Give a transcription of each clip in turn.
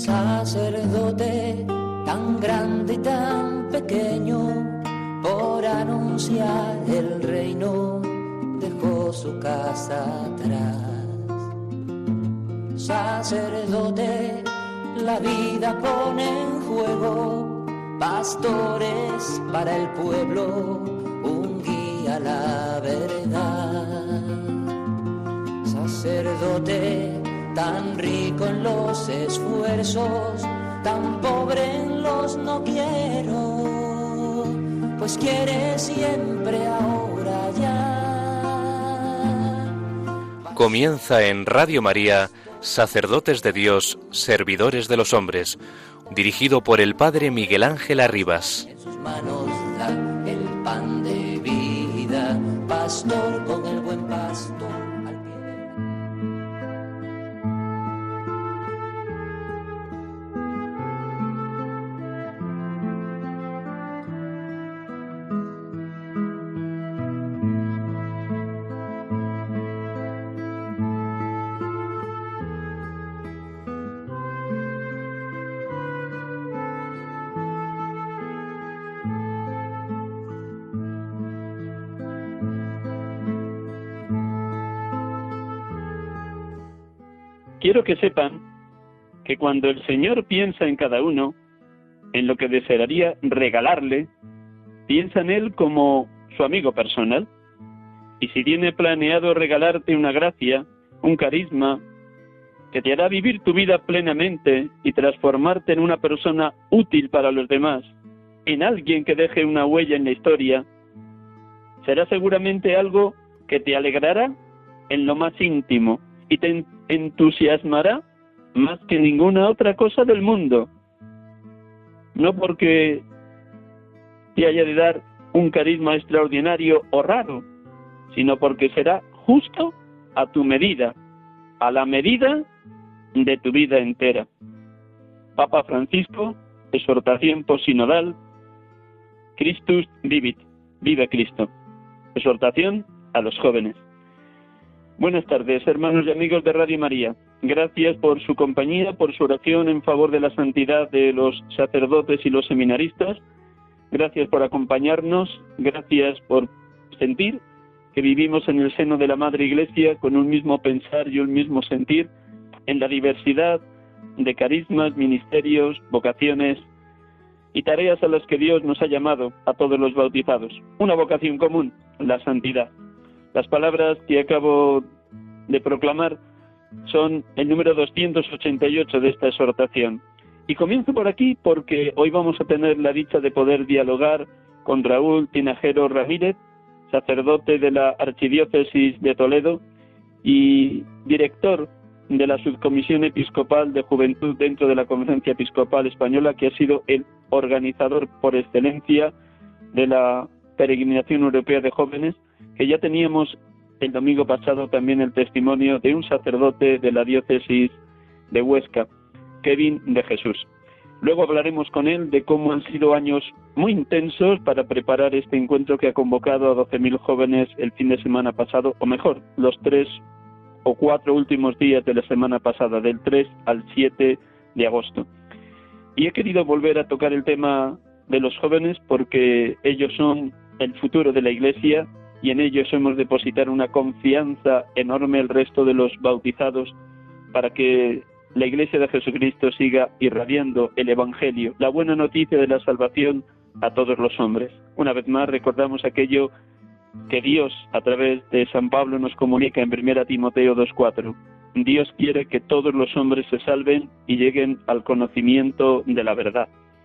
sacerdote tan grande y tan pequeño, por anunciar el reino dejó su casa atrás. Sacerdote, la vida pone en juego, pastores para el pueblo, un guía a la verdad. Sacerdote, tan rico en los esfuerzos, tan pobre en los no quiero, pues quiere siempre ahora ya. Comienza en Radio María, Sacerdotes de Dios, Servidores de los Hombres, dirigido por el Padre Miguel Ángel Arribas. En sus manos da el pan de vida, pastor con el buen pastor. Quiero que sepan que cuando el Señor piensa en cada uno, en lo que desearía regalarle, piensa en Él como su amigo personal. Y si tiene planeado regalarte una gracia, un carisma, que te hará vivir tu vida plenamente y transformarte en una persona útil para los demás, en alguien que deje una huella en la historia, será seguramente algo que te alegrará en lo más íntimo y te entusiasmará más que ninguna otra cosa del mundo. No porque te haya de dar un carisma extraordinario o raro, sino porque será justo a tu medida, a la medida de tu vida entera. Papa Francisco, exhortación posinodal, Christus vivit, vive Cristo. Exhortación a los jóvenes. Buenas tardes, hermanos y amigos de Radio María. Gracias por su compañía, por su oración en favor de la santidad de los sacerdotes y los seminaristas. Gracias por acompañarnos, gracias por sentir que vivimos en el seno de la Madre Iglesia con un mismo pensar y un mismo sentir en la diversidad de carismas, ministerios, vocaciones y tareas a las que Dios nos ha llamado a todos los bautizados. Una vocación común, la santidad. Las palabras que acabo de proclamar son el número 288 de esta exhortación. Y comienzo por aquí porque hoy vamos a tener la dicha de poder dialogar con Raúl Tinajero Ramírez, sacerdote de la Archidiócesis de Toledo y director de la Subcomisión Episcopal de Juventud dentro de la Conferencia Episcopal Española, que ha sido el organizador por excelencia de la Peregrinación Europea de Jóvenes, que ya teníamos el domingo pasado también el testimonio de un sacerdote de la diócesis de Huesca, Kevin de Jesús. Luego hablaremos con él de cómo han sido años muy intensos para preparar este encuentro que ha convocado a 12.000 jóvenes el fin de semana pasado, o mejor, los 3 o 4 últimos días de la semana pasada, del 3 al 7 de agosto. Y he querido volver a tocar el tema de los jóvenes porque ellos son el futuro de la Iglesia y en ellos hemos de depositar una confianza enorme el resto de los bautizados para que la Iglesia de Jesucristo siga irradiando el Evangelio, la buena noticia de la salvación a todos los hombres. Una vez más recordamos aquello que Dios a través de San Pablo nos comunica en 1 Timoteo 2:4. Dios quiere que todos los hombres se salven y lleguen al conocimiento de la verdad.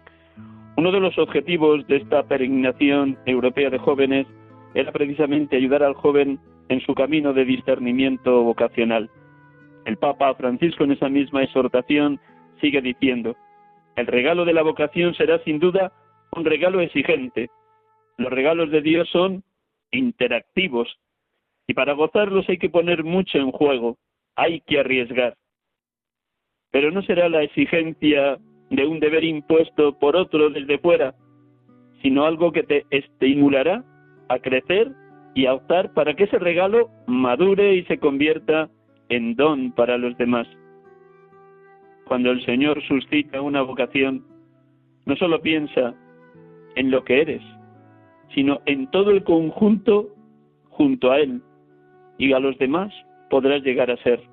Uno de los objetivos de esta peregrinación europea de jóvenes era precisamente ayudar al joven en su camino de discernimiento vocacional. El Papa Francisco en esa misma exhortación sigue diciendo: el regalo de la vocación será sin duda un regalo exigente. Los regalos de Dios son interactivos y para gozarlos hay que poner mucho en juego, hay que arriesgar. Pero no será la exigencia de un deber impuesto por otro desde fuera, sino algo que te estimulará a crecer y a optar para que ese regalo madure y se convierta en don para los demás. Cuando el Señor suscita una vocación, no solo piensa en lo que eres, sino en todo el conjunto junto a Él, y a los demás podrás llegar a ser.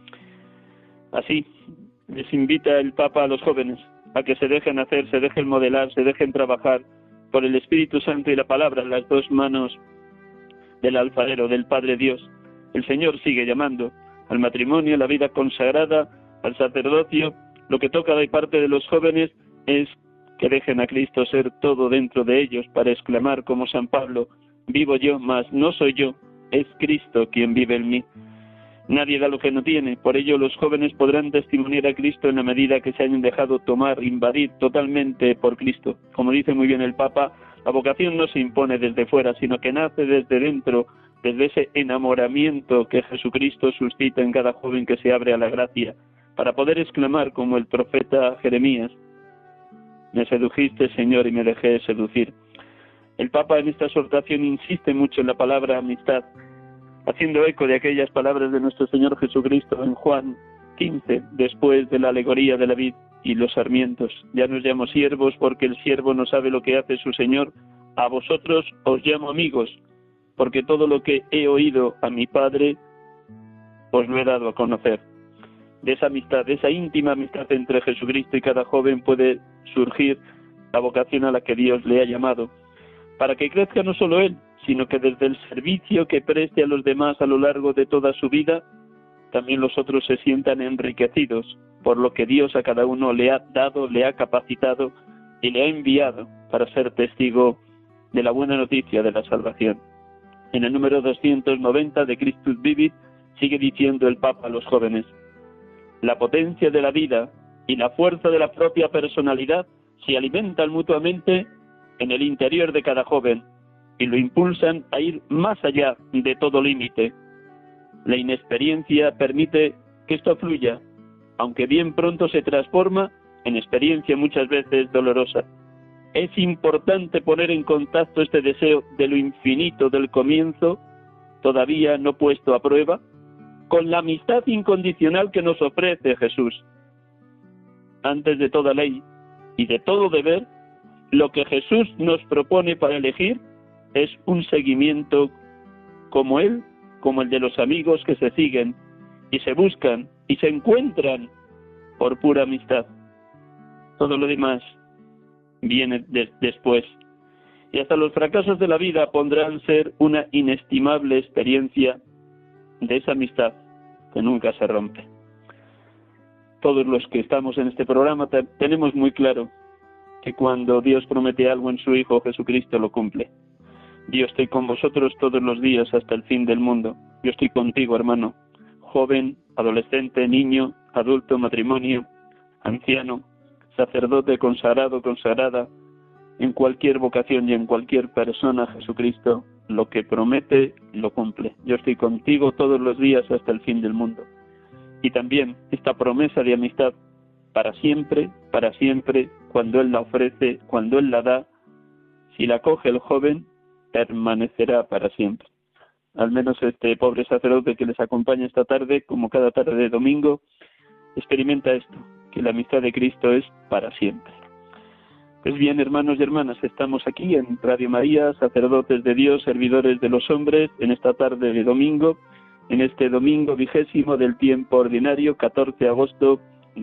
Así, les invita el Papa a los jóvenes a que se dejen hacer, se dejen modelar, se dejen trabajar por el Espíritu Santo y la palabra, las dos manos del alfarero, del Padre Dios. El Señor sigue llamando al matrimonio, a la vida consagrada, al sacerdocio. Lo que toca de parte de los jóvenes es que dejen a Cristo ser todo dentro de ellos, para exclamar como San Pablo: vivo yo, mas no soy yo, es Cristo quien vive en mí. Nadie da lo que no tiene, por ello los jóvenes podrán testimoniar a Cristo en la medida que se hayan dejado tomar, invadir totalmente por Cristo. Como dice muy bien el Papa, la vocación no se impone desde fuera, sino que nace desde dentro, desde ese enamoramiento que Jesucristo suscita en cada joven que se abre a la gracia, para poder exclamar como el profeta Jeremías: me sedujiste, Señor, y me dejé seducir. El Papa en esta exhortación insiste mucho en la palabra amistad, haciendo eco de aquellas palabras de nuestro Señor Jesucristo en Juan 15, después de la alegoría de la vid y los sarmientos. Ya nos llamo siervos porque el siervo no sabe lo que hace su Señor. A vosotros os llamo amigos, porque todo lo que he oído a mi Padre os lo he dado a conocer. De esa amistad, de esa íntima amistad entre Jesucristo y cada joven puede surgir la vocación a la que Dios le ha llamado, para que crezca no solo él, sino que desde el servicio que preste a los demás a lo largo de toda su vida, también los otros se sientan enriquecidos por lo que Dios a cada uno le ha dado, le ha capacitado y le ha enviado para ser testigo de la buena noticia de la salvación. En el número 290 de Christus Vivit sigue diciendo el Papa a los jóvenes: la potencia de la vida y la fuerza de la propia personalidad se alimentan mutuamente en el interior de cada joven y lo impulsan a ir más allá de todo límite. La inexperiencia permite que esto fluya, aunque bien pronto se transforma en experiencia muchas veces dolorosa. Es importante poner en contacto este deseo de lo infinito del comienzo, todavía no puesto a prueba, con la amistad incondicional que nos ofrece Jesús. Antes de toda ley y de todo deber, lo que Jesús nos propone para elegir es un seguimiento como Él, como el de los amigos que se siguen y se buscan y se encuentran por pura amistad. Todo lo demás viene después. Y hasta los fracasos de la vida pondrán ser una inestimable experiencia de esa amistad que nunca se rompe. Todos los que estamos en este programa tenemos muy claro que cuando Dios promete algo en su Hijo Jesucristo lo cumple. Yo estoy con vosotros todos los días hasta el fin del mundo. Yo estoy contigo, hermano, joven, adolescente, niño, adulto, matrimonio, anciano, sacerdote, consagrado, consagrada. En cualquier vocación y en cualquier persona, Jesucristo lo que promete lo cumple. Yo estoy contigo todos los días hasta el fin del mundo. Y también esta promesa de amistad para siempre, cuando Él la ofrece, cuando Él la da, si la coge el joven, permanecerá para siempre. Al menos este pobre sacerdote que les acompaña esta tarde, como cada tarde de domingo, experimenta esto, que la amistad de Cristo es para siempre. Pues bien, hermanos y hermanas, estamos aquí en Radio María, sacerdotes de Dios, servidores de los hombres, en esta tarde de domingo, en este domingo 20 del tiempo ordinario, 14 de agosto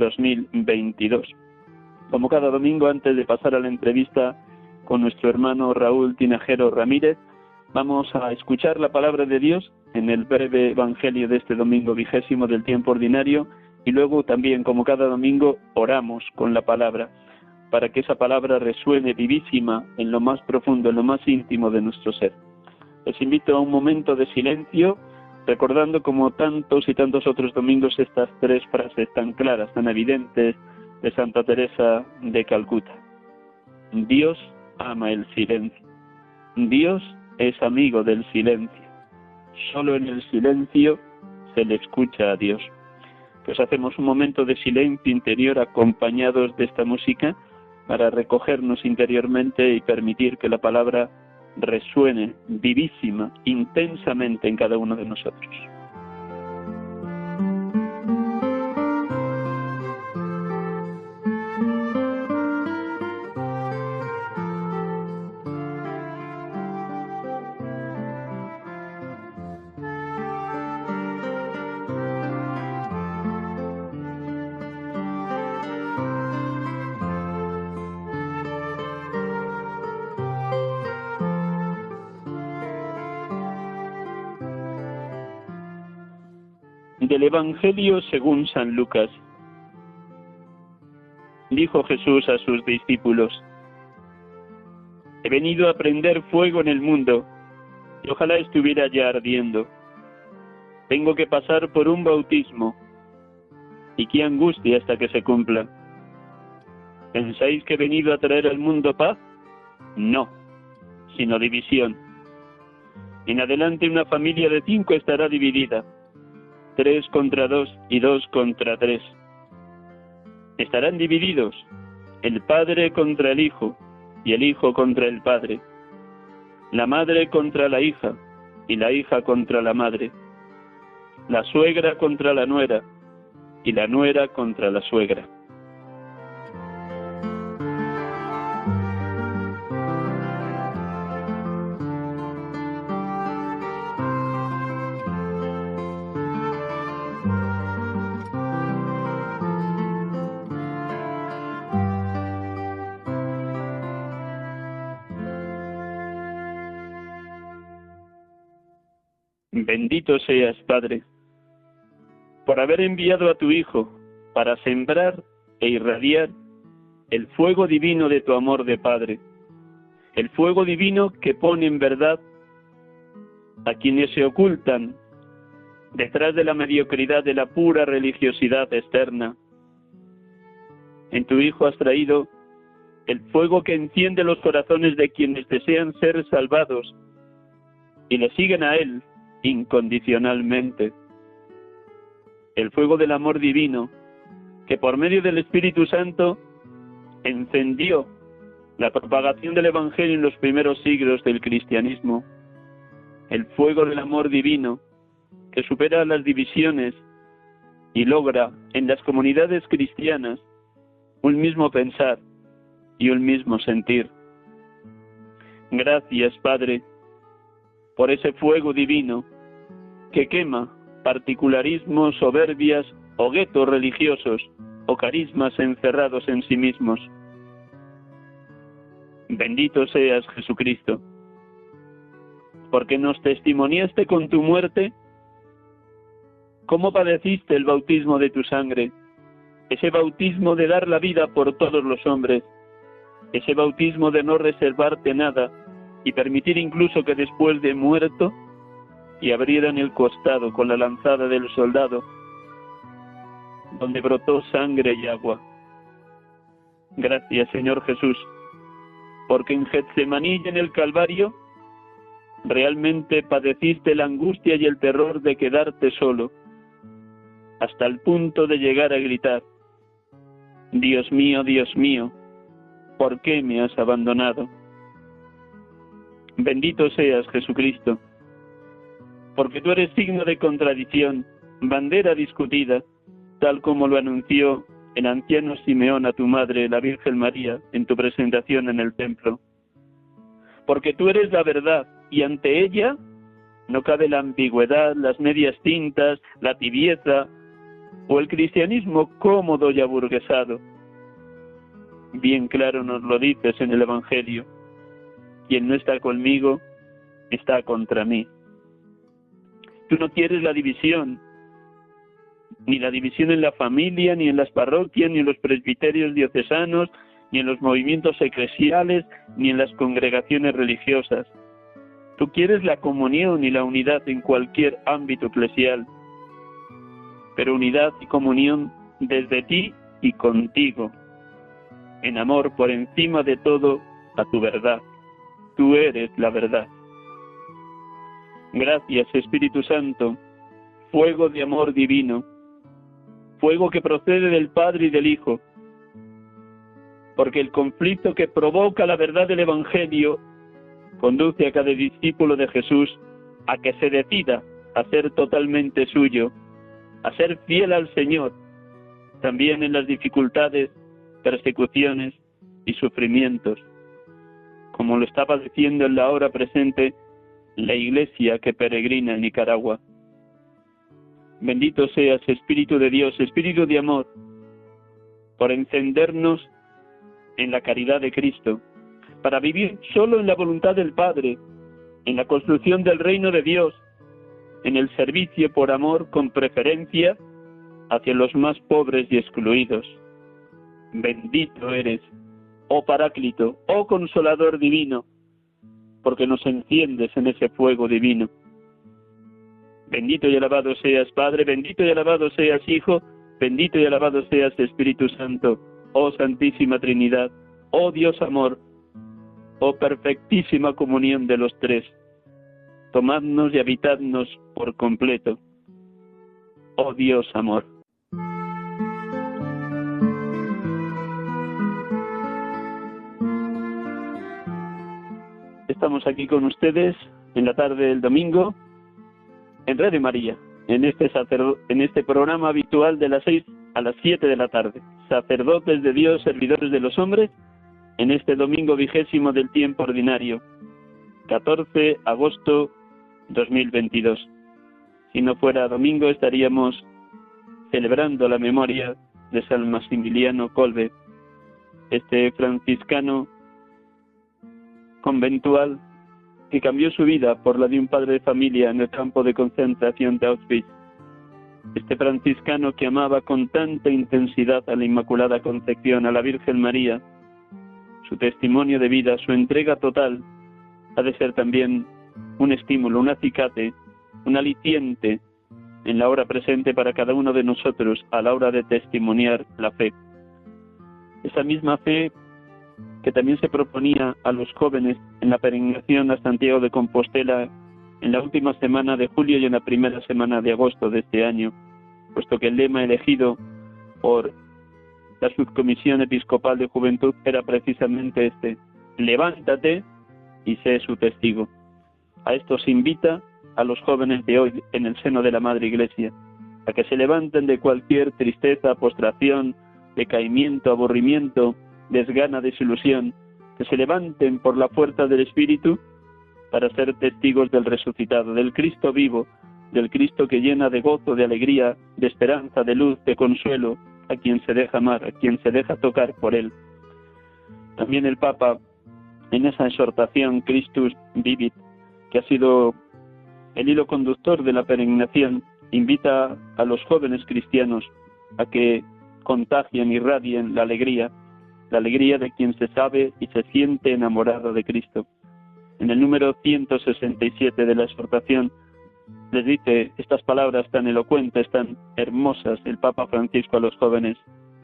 2022. Como cada domingo, antes de pasar a la entrevista con nuestro hermano Raúl Tinajero Ramírez, vamos a escuchar la palabra de Dios en el breve evangelio de este domingo 20 del tiempo ordinario, y luego también, como cada domingo, oramos con la palabra, para que esa palabra resuene vivísima en lo más profundo, en lo más íntimo de nuestro ser. Les invito a un momento de silencio, recordando como tantos y tantos otros domingos estas tres frases tan claras, tan evidentes de Santa Teresa de Calcuta. Dios ama el silencio. Dios es amigo del silencio. Solo en el silencio se le escucha a Dios. Pues hacemos un momento de silencio interior acompañados de esta música para recogernos interiormente y permitir que la palabra resuene vivísima, intensamente en cada uno de nosotros. Del Evangelio según San Lucas. Dijo Jesús a sus discípulos: He venido a prender fuego en el mundo, y ojalá estuviera ya ardiendo. Tengo que pasar por un bautismo, y qué angustia hasta que se cumpla. ¿Pensáis que he venido a traer al mundo paz? No, sino división. En adelante una familia de 5 estará dividida, 3 contra 2 y 2 contra 3. Estarán divididos el padre contra el hijo y el hijo contra el padre, la madre contra la hija y la hija contra la madre, la suegra contra la nuera y la nuera contra la suegra. Bendito seas, Padre, por haber enviado a tu Hijo para sembrar e irradiar el fuego divino de tu amor de Padre, el fuego divino que pone en verdad a quienes se ocultan detrás de la mediocridad de la pura religiosidad externa. En tu Hijo has traído el fuego que enciende los corazones de quienes desean ser salvados y le siguen a Él incondicionalmente. El fuego del amor divino que por medio del Espíritu Santo encendió la propagación del Evangelio en los primeros siglos del cristianismo. El fuego del amor divino que supera las divisiones y logra en las comunidades cristianas un mismo pensar y un mismo sentir. Gracias, Padre, por ese fuego divino que quema particularismos, soberbias o guetos religiosos o carismas encerrados en sí mismos. Bendito seas, Jesucristo, porque nos testimoniaste con tu muerte cómo padeciste el bautismo de tu sangre, ese bautismo de dar la vida por todos los hombres, ese bautismo de no reservarte nada y permitir incluso que después de muerto y abrieran el costado con la lanzada del soldado, donde brotó sangre y agua. Gracias, Señor Jesús, porque en Getsemaní y en el Calvario realmente padeciste la angustia y el terror de quedarte solo, hasta el punto de llegar a gritar: Dios mío, ¿por qué me has abandonado? Bendito seas, Jesucristo, porque tú eres signo de contradicción, bandera discutida, tal como lo anunció el anciano Simeón a tu madre, la Virgen María, en tu presentación en el templo. Porque tú eres la verdad, y ante ella no cabe la ambigüedad, las medias tintas, la tibieza, o el cristianismo cómodo y aburguesado. Bien claro nos lo dices en el Evangelio: quien no está conmigo, está contra mí. Tú no quieres la división, ni la división en la familia, ni en las parroquias, ni en los presbiterios diocesanos, ni en los movimientos eclesiales, ni en las congregaciones religiosas. Tú quieres la comunión y la unidad en cualquier ámbito eclesial, pero unidad y comunión desde ti y contigo, en amor por encima de todo a tu verdad. Tú eres la verdad. Gracias, Espíritu Santo, fuego de amor divino, fuego que procede del Padre y del Hijo, porque el conflicto que provoca la verdad del Evangelio conduce a cada discípulo de Jesús a que se decida a ser totalmente suyo, a ser fiel al Señor, también en las dificultades, persecuciones y sufrimientos, como lo estaba diciendo en la hora presente la Iglesia que peregrina en Nicaragua. Bendito seas, Espíritu de Dios, Espíritu de amor, por encendernos en la caridad de Cristo, para vivir solo en la voluntad del Padre, en la construcción del reino de Dios, en el servicio por amor con preferencia hacia los más pobres y excluidos. Bendito eres, oh Paráclito, oh Consolador divino, porque nos enciendes en ese fuego divino. Bendito y alabado seas, Padre, bendito y alabado seas, Hijo, bendito y alabado seas, Espíritu Santo, oh Santísima Trinidad, oh Dios amor, oh perfectísima comunión de los tres. Tomadnos y habitadnos por completo, oh Dios amor. Estamos aquí con ustedes en la tarde del domingo en Radio María, en este programa habitual de las 6 a las 7 de la tarde. Sacerdotes de Dios, servidores de los hombres, en este domingo 20º del tiempo ordinario, 14 de agosto 2022. Si no fuera domingo estaríamos celebrando la memoria de San Maximiliano Kolbe, este franciscano conventual que cambió su vida por la de un padre de familia en el campo de concentración de Auschwitz. Este franciscano que amaba con tanta intensidad a la Inmaculada Concepción, a la Virgen María, su testimonio de vida, su entrega total, ha de ser también un estímulo, un acicate, un aliciente en la hora presente para cada uno de nosotros a la hora de testimoniar la fe. Esa misma fe que también se proponía a los jóvenes en la peregrinación a Santiago de Compostela en la última semana de julio y en la primera semana de agosto de este año, puesto que el lema elegido por la Subcomisión Episcopal de Juventud era precisamente este: levántate y sé su testigo. A esto se invita a los jóvenes de hoy en el seno de la Madre Iglesia, a que se levanten de cualquier tristeza, postración, decaimiento, aburrimiento, desgana, desilusión, que se levanten por la fuerza del Espíritu para ser testigos del resucitado, del Cristo vivo, del Cristo que llena de gozo, de alegría, de esperanza, de luz, de consuelo, a quien se deja amar, a quien se deja tocar por Él. También el Papa, en esa exhortación Christus Vivit, que ha sido el hilo conductor de la peregrinación, invita a los jóvenes cristianos a que contagien, irradien la alegría de quien se sabe y se siente enamorado de Cristo. En el número 167 de la exhortación les dice estas palabras tan elocuentes, tan hermosas, el Papa Francisco a los jóvenes.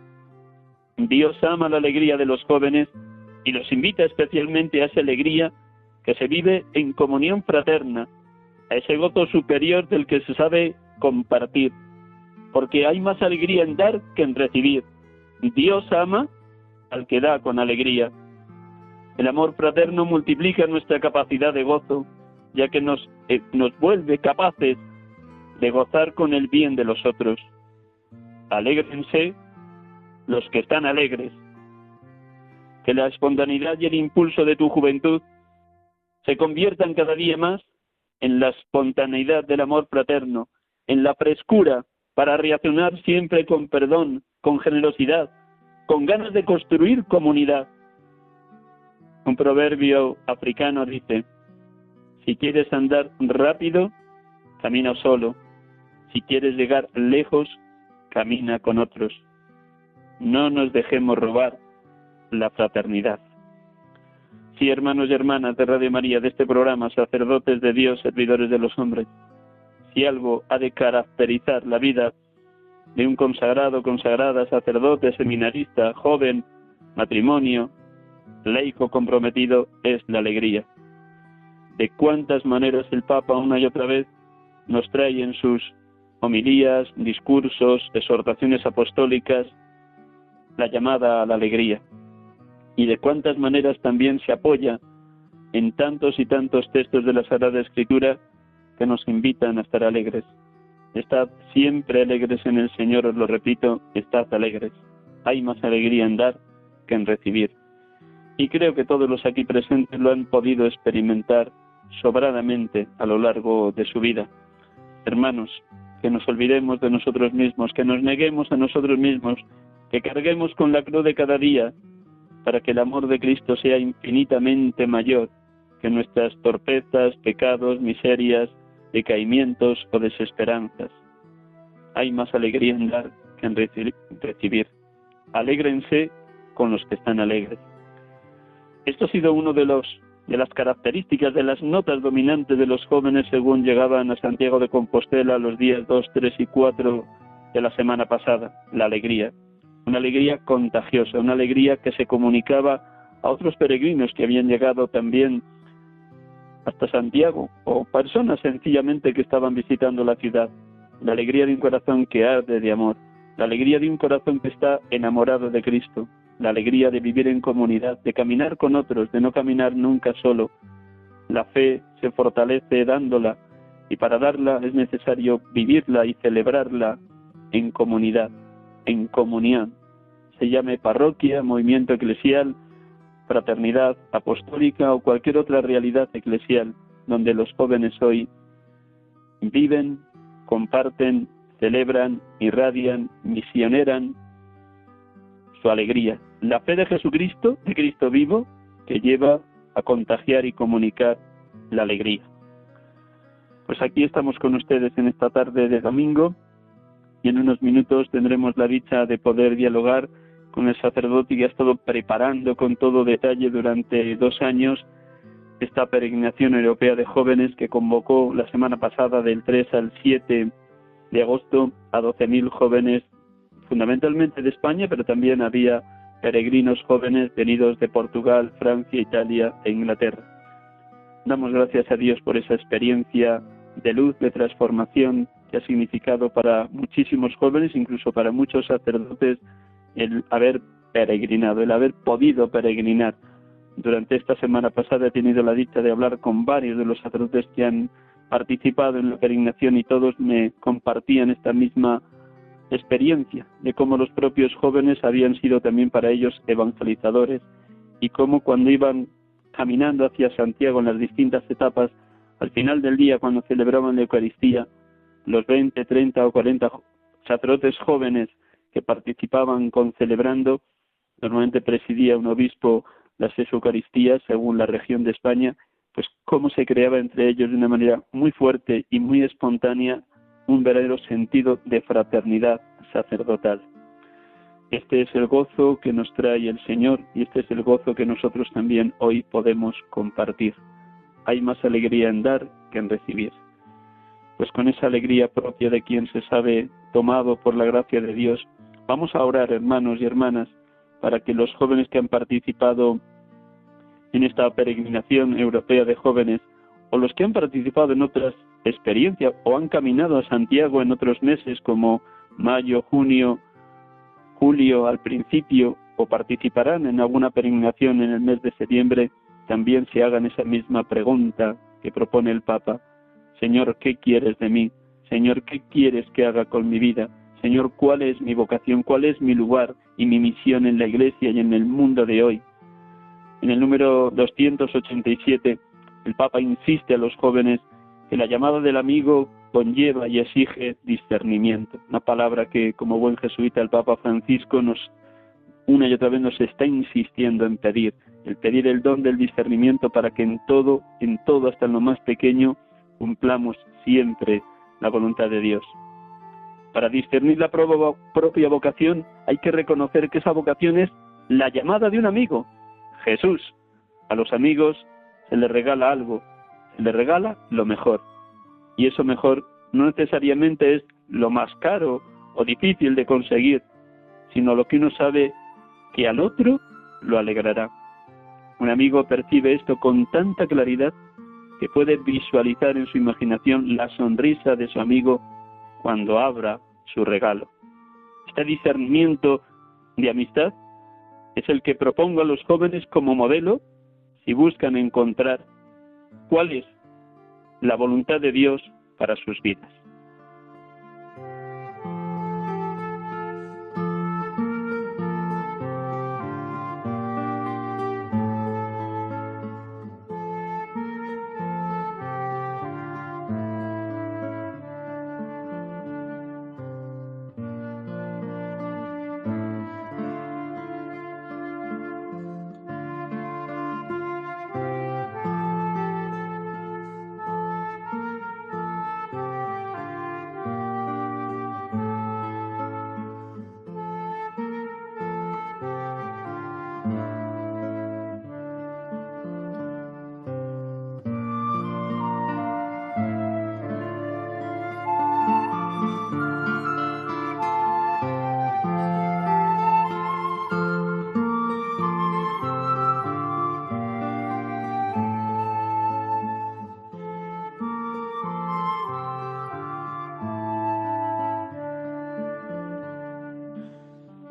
Dios ama la alegría de los jóvenes y los invita especialmente a esa alegría que se vive en comunión fraterna, a ese gozo superior del que se sabe compartir, porque hay más alegría en dar que en recibir. Dios ama al que da con alegría. El amor fraterno multiplica nuestra capacidad de gozo, ya que nos vuelve capaces de gozar con el bien de los otros. Alégrense los que están alegres. Que la espontaneidad y el impulso de tu juventud se conviertan cada día más en la espontaneidad del amor fraterno, en la frescura para reaccionar siempre con perdón, con generosidad, con ganas de construir comunidad. Un proverbio africano dice: si quieres andar rápido, camina solo. Si quieres llegar lejos, camina con otros. No nos dejemos robar la fraternidad. Sí, hermanos y hermanas de Radio María, de este programa, sacerdotes de Dios, servidores de los hombres, si algo ha de caracterizar la vida de un consagrado, consagrada, sacerdote, seminarista, joven, matrimonio, laico comprometido, es la alegría. De cuántas maneras el Papa una y otra vez nos trae en sus homilías, discursos, exhortaciones apostólicas, la llamada a la alegría. Y de cuántas maneras también se apoya en tantos y tantos textos de la Sagrada Escritura que nos invitan a estar alegres. Estad siempre alegres en el Señor, os lo repito, estad alegres. Hay más alegría en dar que en recibir. Y creo que todos los aquí presentes lo han podido experimentar sobradamente a lo largo de su vida. Hermanos, que nos olvidemos de nosotros mismos, que nos neguemos a nosotros mismos, que carguemos con la cruz de cada día, para que el amor de Cristo sea infinitamente mayor que nuestras torpezas, pecados, miserias, decaimientos o desesperanzas. Hay más alegría en dar que en recibir. Alégrense con los que están alegres. Esto ha sido uno de las características, de las notas dominantes de los jóvenes según llegaban a Santiago de Compostela los días 2, 3 y 4 de la semana pasada, la alegría. Una alegría contagiosa, una alegría que se comunicaba a otros peregrinos que habían llegado también hasta Santiago, o personas sencillamente que estaban visitando la ciudad. La alegría de un corazón que arde de amor, la alegría de un corazón que está enamorado de Cristo, la alegría de vivir en comunidad, de caminar con otros, de no caminar nunca solo. La fe se fortalece dándola, y para darla es necesario vivirla y celebrarla en comunidad, en comunión. Se llame parroquia, movimiento eclesial, fraternidad apostólica o cualquier otra realidad eclesial, donde los jóvenes hoy viven, comparten, celebran, irradian, misioneran su alegría. La fe de Jesucristo, de Cristo vivo, que lleva a contagiar y comunicar la alegría. Pues aquí estamos con ustedes en esta tarde de domingo y en unos minutos tendremos la dicha de poder dialogar con el sacerdote que ha estado preparando con todo detalle durante 2 años esta peregrinación europea de jóvenes que convocó la semana pasada del 3 al 7 de agosto a 12.000 jóvenes, fundamentalmente de España, pero también había peregrinos jóvenes venidos de Portugal, Francia, Italia e Inglaterra. Damos gracias a Dios por esa experiencia de luz, de transformación que ha significado para muchísimos jóvenes, incluso para muchos sacerdotes, el haber peregrinado, el haber podido peregrinar. Durante esta semana pasada he tenido la dicha de hablar con varios de los sacerdotes que han participado en la peregrinación y todos me compartían esta misma experiencia de cómo los propios jóvenes habían sido también para ellos evangelizadores y cómo cuando iban caminando hacia Santiago en las distintas etapas, al final del día cuando celebraban la Eucaristía, los 20, 30 o 40 sacerdotes jóvenes que participaban con celebrando, normalmente presidía un obispo las Eucaristías según la región de España, pues cómo se creaba entre ellos de una manera muy fuerte y muy espontánea un verdadero sentido de fraternidad sacerdotal. Este es el gozo que nos trae el Señor y este es el gozo que nosotros también hoy podemos compartir. Hay más alegría en dar que en recibir. Pues con esa alegría propia de quien se sabe tomado por la gracia de Dios, vamos a orar, hermanos y hermanas, para que los jóvenes que han participado en esta peregrinación europea de jóvenes, o los que han participado en otras experiencias, o han caminado a Santiago en otros meses como mayo, junio, julio al principio, o participarán en alguna peregrinación en el mes de septiembre, también se hagan esa misma pregunta que propone el Papa. Señor, ¿qué quieres de mí? Señor, ¿qué quieres que haga con mi vida? Señor, ¿cuál es mi vocación? ¿Cuál es mi lugar y mi misión en la Iglesia y en el mundo de hoy? En el número 287, el Papa insiste a los jóvenes que la llamada del amigo conlleva y exige discernimiento. Una palabra que, como buen jesuita, el Papa Francisco una y otra vez nos está insistiendo en pedir. El pedir el don del discernimiento para que en todo, hasta en lo más pequeño, cumplamos siempre la voluntad de Dios. Para discernir la propia vocación hay que reconocer que esa vocación es la llamada de un amigo, Jesús. A los amigos se les regala algo, se les regala lo mejor. Y eso mejor no necesariamente es lo más caro o difícil de conseguir, sino lo que uno sabe que al otro lo alegrará. Un amigo percibe esto con tanta claridad que puede visualizar en su imaginación la sonrisa de su amigo cuando abra su regalo. Este discernimiento de amistad es el que propongo a los jóvenes como modelo si buscan encontrar cuál es la voluntad de Dios para sus vidas.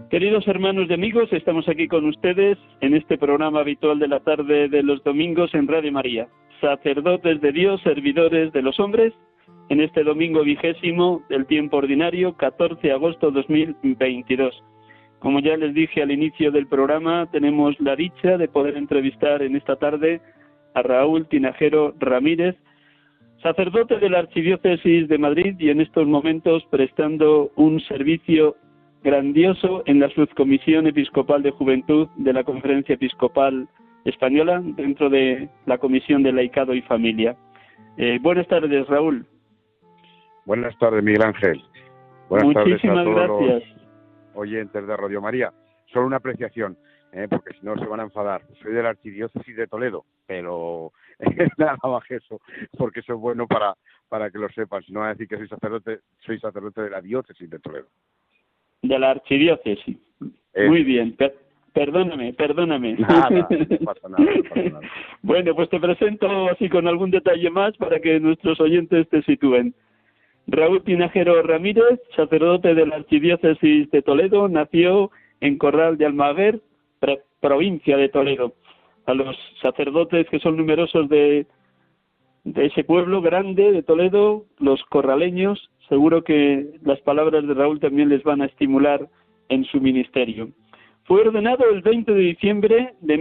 Queridos hermanos y amigos, estamos aquí con ustedes en este programa habitual de la tarde de los domingos en Radio María. Sacerdotes de Dios, servidores de los hombres, en este domingo 20 del tiempo ordinario, 14 de agosto 2022. Como ya les dije al inicio del programa, tenemos la dicha de poder entrevistar en esta tarde a Raúl Tinajero Ramírez, sacerdote de la Archidiócesis de Madrid y en estos momentos prestando un servicio grandioso en la Subcomisión Episcopal de Juventud de la Conferencia Episcopal Española, dentro de la Comisión de Laicado y Familia. Buenas tardes, Raúl. Buenas tardes, Miguel Ángel. Buenas Muchísimas tardes a todos gracias. Los oyentes de Radio María. Solo una apreciación, porque si no se van a enfadar. Soy de la Archidiócesis de Toledo, pero nada más que eso, porque eso es bueno para que lo sepan. Si no van a decir que soy sacerdote de la Diócesis de Toledo. De la Archidiócesis. Muy bien. Perdóname. Nada, no pasa nada. Bueno, pues te presento así con algún detalle más para que nuestros oyentes te sitúen. Raúl Tinajero Ramírez, sacerdote de la Archidiócesis de Toledo, nació en Corral de Almaguer, provincia de Toledo. A los sacerdotes que son numerosos de ese pueblo grande de Toledo, los corraleños, seguro que las palabras de Raúl también les van a estimular en su ministerio. Fue ordenado el 20 de diciembre de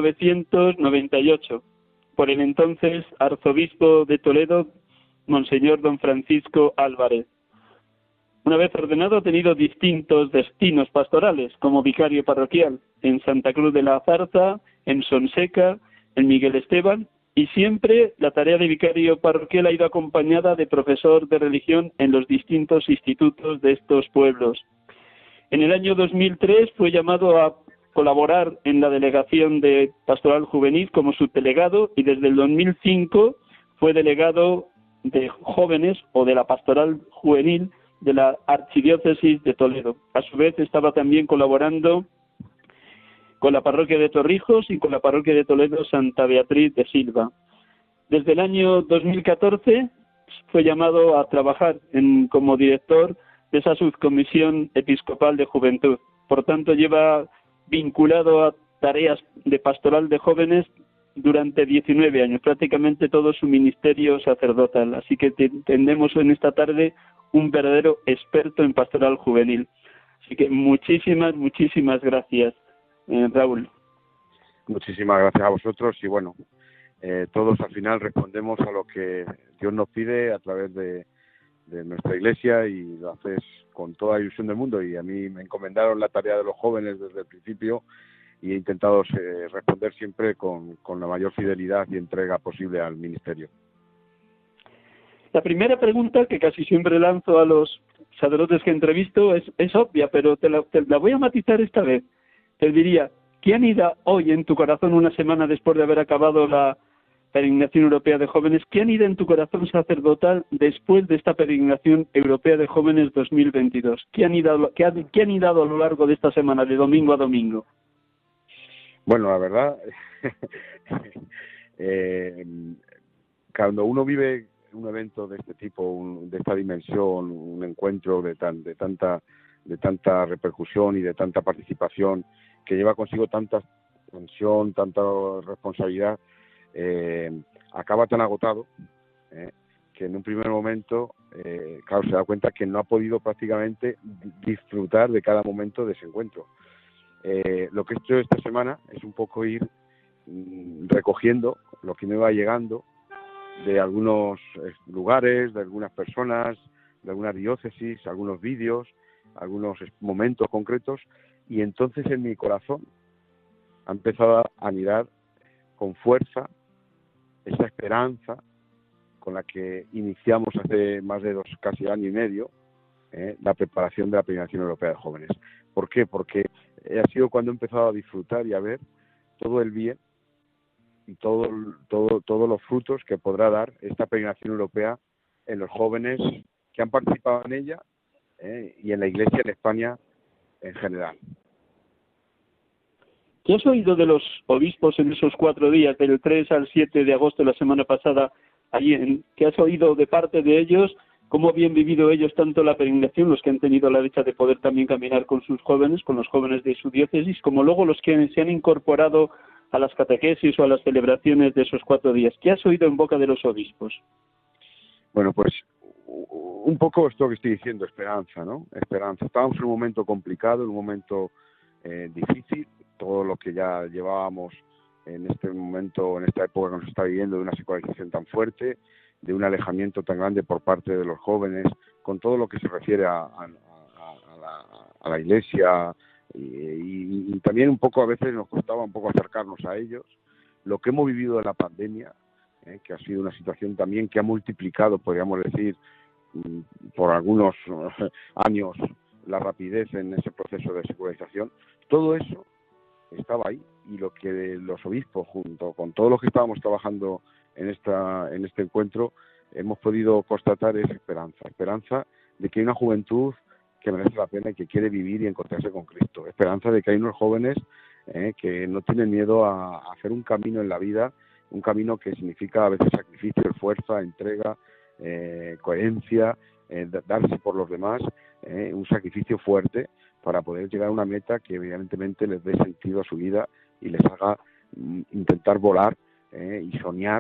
1998 por el entonces arzobispo de Toledo, Monseñor don Francisco Álvarez. Una vez ordenado ha tenido distintos destinos pastorales, como vicario parroquial en Santa Cruz de la Zarza, en Sonseca, en Miguel Esteban, y siempre la tarea de vicario parroquial ha ido acompañada de profesor de religión en los distintos institutos de estos pueblos. En el año 2003 fue llamado a colaborar en la Delegación de Pastoral Juvenil como subdelegado y desde el 2005 fue delegado de jóvenes o de la Pastoral Juvenil de la Archidiócesis de Toledo. A su vez estaba también colaborando con la parroquia de Torrijos y con la parroquia de Toledo Santa Beatriz de Silva. Desde el año 2014 fue llamado a trabajar como director de esa subcomisión episcopal de juventud. Por tanto, lleva vinculado a tareas de pastoral de jóvenes durante 19 años, prácticamente todo su ministerio sacerdotal. Así que tendremos en esta tarde un verdadero experto en pastoral juvenil. Así que muchísimas gracias, Raúl. Muchísimas gracias a vosotros y bueno, todos al final respondemos a lo que Dios nos pide a través de nuestra iglesia y lo haces con toda la ilusión del mundo y a mí me encomendaron la tarea de los jóvenes desde el principio y he intentado responder siempre con la mayor fidelidad y entrega posible al ministerio. La primera pregunta que casi siempre lanzo a los sacerdotes que entrevisto es obvia, pero te la voy a matizar esta vez. Te diría, ¿qué anida hoy en tu corazón, una semana después de haber acabado la peregrinación europea de jóvenes? ¿Qué anida en tu corazón sacerdotal después de esta peregrinación europea de jóvenes 2022? ¿Qué ha anidado a lo largo de esta semana, de domingo a domingo? Bueno, la verdad, cuando uno vive un evento de este tipo, de esta dimensión, un encuentro de tanta repercusión y de tanta participación, que lleva consigo tanta tensión, tanta responsabilidad, acaba tan agotado que en un primer momento, claro, se da cuenta que no ha podido prácticamente disfrutar de cada momento de ese encuentro. Lo que he hecho esta semana es un poco ir recogiendo lo que me va llegando de algunos lugares, de algunas personas, de algunas diócesis, algunos vídeos, algunos momentos concretos, y entonces en mi corazón ha empezado a anidar con fuerza esa esperanza con la que iniciamos hace más de casi año y medio la preparación de la Peregrinación Europea de Jóvenes. ¿Por qué? Porque ha sido cuando he empezado a disfrutar y a ver todo el bien y todos los frutos que podrá dar esta peregrinación europea en los jóvenes que han participado en ella y en la Iglesia en España en general. ¿Qué has oído de los obispos en esos 4 días, del 3 al 7 de agosto de la semana pasada, allí? ¿Qué has oído de parte de ellos cómo habían vivido ellos tanto la peregrinación, los que han tenido la dicha de poder también caminar con sus jóvenes, con los jóvenes de su diócesis, como luego los que se han incorporado a las catequesis o a las celebraciones de esos 4 días. ¿Qué has oído en boca de los obispos? Bueno, pues un poco esto que estoy diciendo, esperanza, ¿no? Esperanza. Estábamos en un momento complicado, en un momento difícil, todo lo que ya llevábamos en este momento, en esta época que nos está viviendo, de una secularización tan fuerte, de un alejamiento tan grande por parte de los jóvenes, con todo lo que se refiere a la Iglesia, y también un poco a veces nos costaba un poco acercarnos a ellos. Lo que hemos vivido en la pandemia, que ha sido una situación también que ha multiplicado, podríamos decir, por algunos años la rapidez en ese proceso de secularización, todo eso estaba ahí, y lo que los obispos, junto con todos los que estábamos trabajando en este encuentro, hemos podido constatar es esperanza de que hay una juventud que merece la pena y que quiere vivir y encontrarse con Cristo, esperanza de que hay unos jóvenes que no tienen miedo a hacer un camino en la vida, un camino que significa a veces sacrificio, esfuerzo, entrega, coherencia, darse por los demás, un sacrificio fuerte para poder llegar a una meta que evidentemente les dé sentido a su vida y les haga intentar volar y soñar,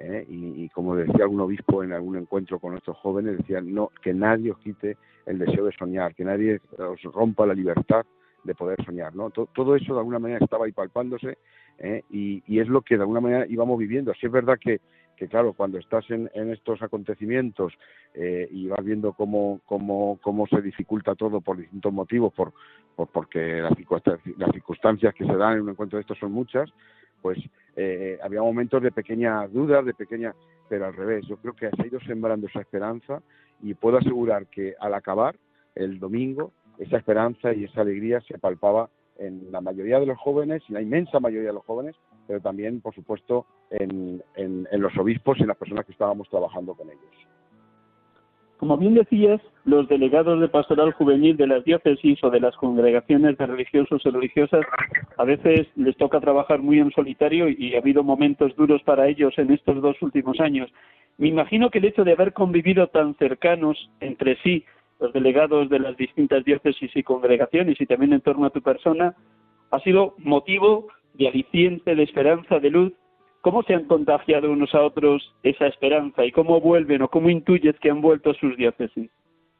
y como decía algún obispo en algún encuentro con nuestros jóvenes, decía no, que nadie os quite el deseo de soñar, que nadie os rompa la libertad de poder soñar, ¿no? Todo eso de alguna manera estaba ahí palpándose, y es lo que de alguna manera íbamos viviendo. Así es verdad que claro, cuando estás en estos acontecimientos y vas viendo cómo se dificulta todo por distintos motivos, porque las circunstancias que se dan en un encuentro de estos son muchas, pues había momentos de pequeñas dudas, pero al revés, yo creo que se ha ido sembrando esa esperanza, y puedo asegurar que al acabar el domingo, esa esperanza y esa alegría se palpaba en la mayoría de los jóvenes, en la inmensa mayoría de los jóvenes, pero también, por supuesto, en los obispos y en las personas que estábamos trabajando con ellos. Como bien decías, los delegados de pastoral juvenil de las diócesis o de las congregaciones de religiosos y religiosas a veces les toca trabajar muy en solitario, y ha habido momentos duros para ellos en estos 2 últimos años. Me imagino que el hecho de haber convivido tan cercanos entre sí, los delegados de las distintas diócesis y congregaciones, y también en torno a tu persona, ha sido motivo de aliciente, de esperanza, de luz. ¿Cómo se han contagiado unos a otros esa esperanza, y cómo vuelven o cómo intuyes que han vuelto a sus diócesis?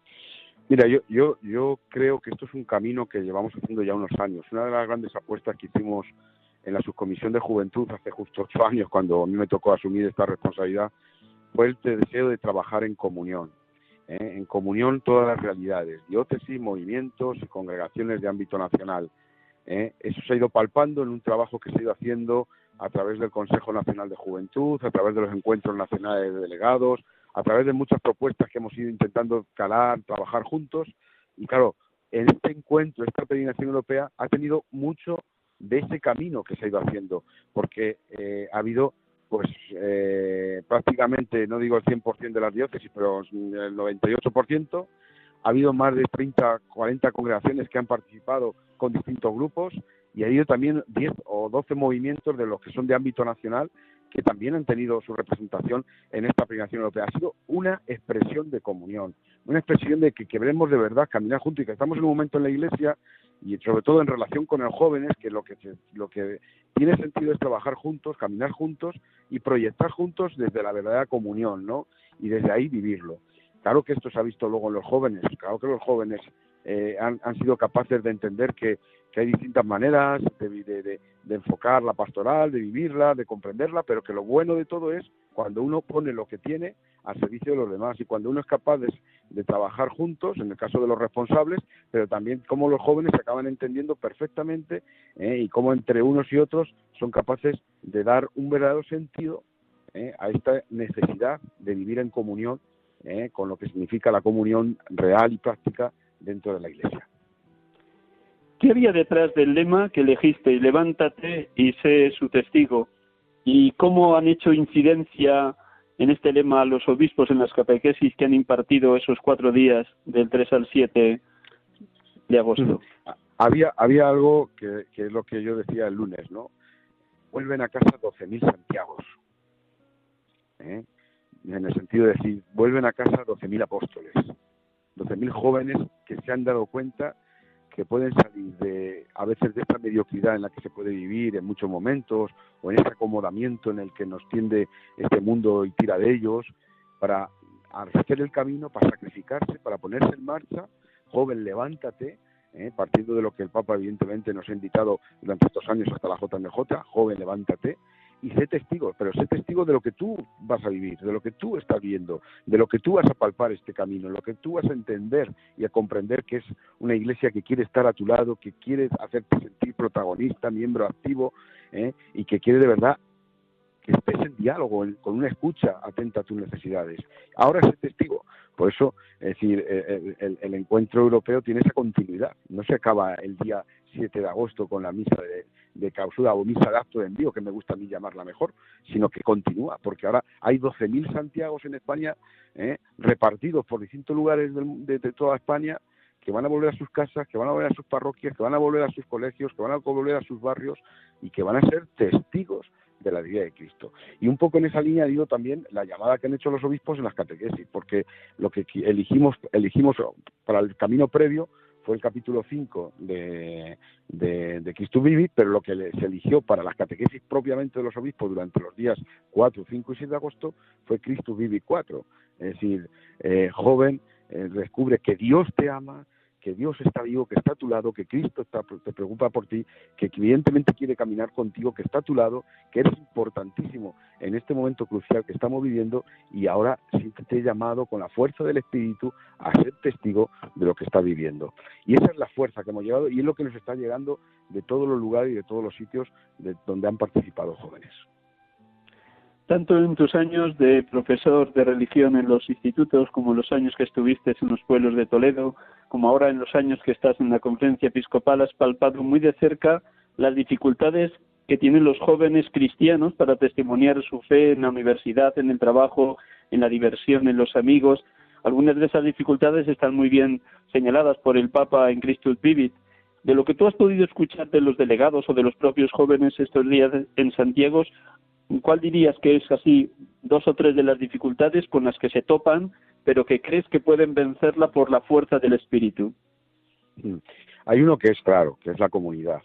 Mira, yo creo que esto es un camino que llevamos haciendo ya unos años. Una de las grandes apuestas que hicimos en la subcomisión de juventud hace justo 8 años, cuando a mí me tocó asumir esta responsabilidad, fue el deseo de trabajar en comunión. En comunión todas las realidades, diócesis, movimientos y congregaciones de ámbito nacional. Eso se ha ido palpando en un trabajo que se ha ido haciendo a través del Consejo Nacional de Juventud, a través de los encuentros nacionales de delegados, a través de muchas propuestas que hemos ido intentando calar, trabajar juntos. Y claro, en este encuentro, esta peregrinación europea ha tenido mucho de ese camino que se ha ido haciendo, porque ha habido pues prácticamente, no digo el 100% de las diócesis, pero el 98%, ha habido más de 30, 40 congregaciones que han participado con distintos grupos, y ha habido también 10 o 12 movimientos de los que son de ámbito nacional que también han tenido su representación en esta peregrinación europea. Ha sido una expresión de comunión, una expresión de que queremos de verdad caminar juntos, y que estamos en un momento en la Iglesia, y sobre todo en relación con los jóvenes, que lo que tiene sentido es trabajar juntos, caminar juntos y proyectar juntos desde la verdadera comunión, ¿no? Y desde ahí vivirlo. Claro que esto se ha visto luego en los jóvenes, claro que los jóvenes han sido capaces de entender que hay distintas maneras de enfocar la pastoral, de vivirla, de comprenderla, pero que lo bueno de todo es cuando uno pone lo que tiene al servicio de los demás, y cuando uno es capaz de trabajar juntos, en el caso de los responsables, pero también cómo los jóvenes se acaban entendiendo perfectamente, y cómo entre unos y otros son capaces de dar un verdadero sentido a esta necesidad de vivir en comunión, con lo que significa la comunión real y práctica dentro de la Iglesia. ¿Qué había detrás del lema que elegiste, levántate y sé su testigo? ¿Y cómo han hecho incidencia en este lema los obispos en las catequesis que han impartido esos 4 días del 3 al 7 de agosto? Había algo que es lo que yo decía el lunes, ¿no? Vuelven a casa 12.000 Santiagos. en el sentido de decir, vuelven a casa 12.000 apóstoles, 12.000 jóvenes que se han dado cuenta que pueden salir a veces de esta mediocridad en la que se puede vivir en muchos momentos, o en ese acomodamiento en el que nos tiende este mundo y tira de ellos, para hacer el camino, para sacrificarse, para ponerse en marcha. Joven, levántate, partiendo de lo que el Papa evidentemente nos ha invitado durante estos años hasta la JMJ, joven, levántate, y sé testigo, pero sé testigo de lo que tú vas a vivir, de lo que tú estás viendo, de lo que tú vas a palpar este camino, lo que tú vas a entender y a comprender que es una iglesia que quiere estar a tu lado, que quiere hacerte sentir protagonista, miembro activo, y que quiere de verdad que estés en diálogo, con una escucha atenta a tus necesidades. Ahora sé testigo. Por eso, es decir, el encuentro europeo tiene esa continuidad. No se acaba el día 7 de agosto con la misa de clausura o misa de acto de envío, que me gusta a mí llamarla mejor, sino que continúa, porque ahora hay 12.000 Santiagos en España, repartidos por distintos lugares de toda España, que van a volver a sus casas, que van a volver a sus parroquias, que van a volver a sus colegios, que van a volver a sus barrios y que van a ser testigos de la vida de Cristo. Y un poco en esa línea digo también la llamada que han hecho los obispos en las catequesis, porque lo que elegimos para el camino previo fue el capítulo 5 de Christus Vivit, pero lo que se eligió para las catequesis propiamente de los obispos durante los días 4, 5 y 6 de agosto fue Christus Vivit 4. Es decir, joven, descubre que Dios te ama, que Dios está vivo, que está a tu lado, que Cristo te preocupa por ti, que evidentemente quiere caminar contigo, que está a tu lado, que eres importantísimo en este momento crucial que estamos viviendo, y ahora siéntete llamado con la fuerza del Espíritu a ser testigo de lo que está viviendo. Y esa es la fuerza que hemos llevado y es lo que nos está llegando de todos los lugares y de todos los sitios donde han participado jóvenes. Tanto en tus años de profesor de religión en los institutos, como en los años que estuviste en los pueblos de Toledo, como ahora en los años que estás en la conferencia episcopal, has palpado muy de cerca las dificultades que tienen los jóvenes cristianos para testimoniar su fe en la universidad, en el trabajo, en la diversión, en los amigos. Algunas de esas dificultades están muy bien señaladas por el Papa en Christus Vivit. De lo que tú has podido escuchar de los delegados o de los propios jóvenes estos días en Santiago, ¿cuál dirías que es así 2 o 3 de las dificultades con las que se topan, pero que crees que pueden vencerla por la fuerza del Espíritu? Hay uno que es claro, que es la comunidad,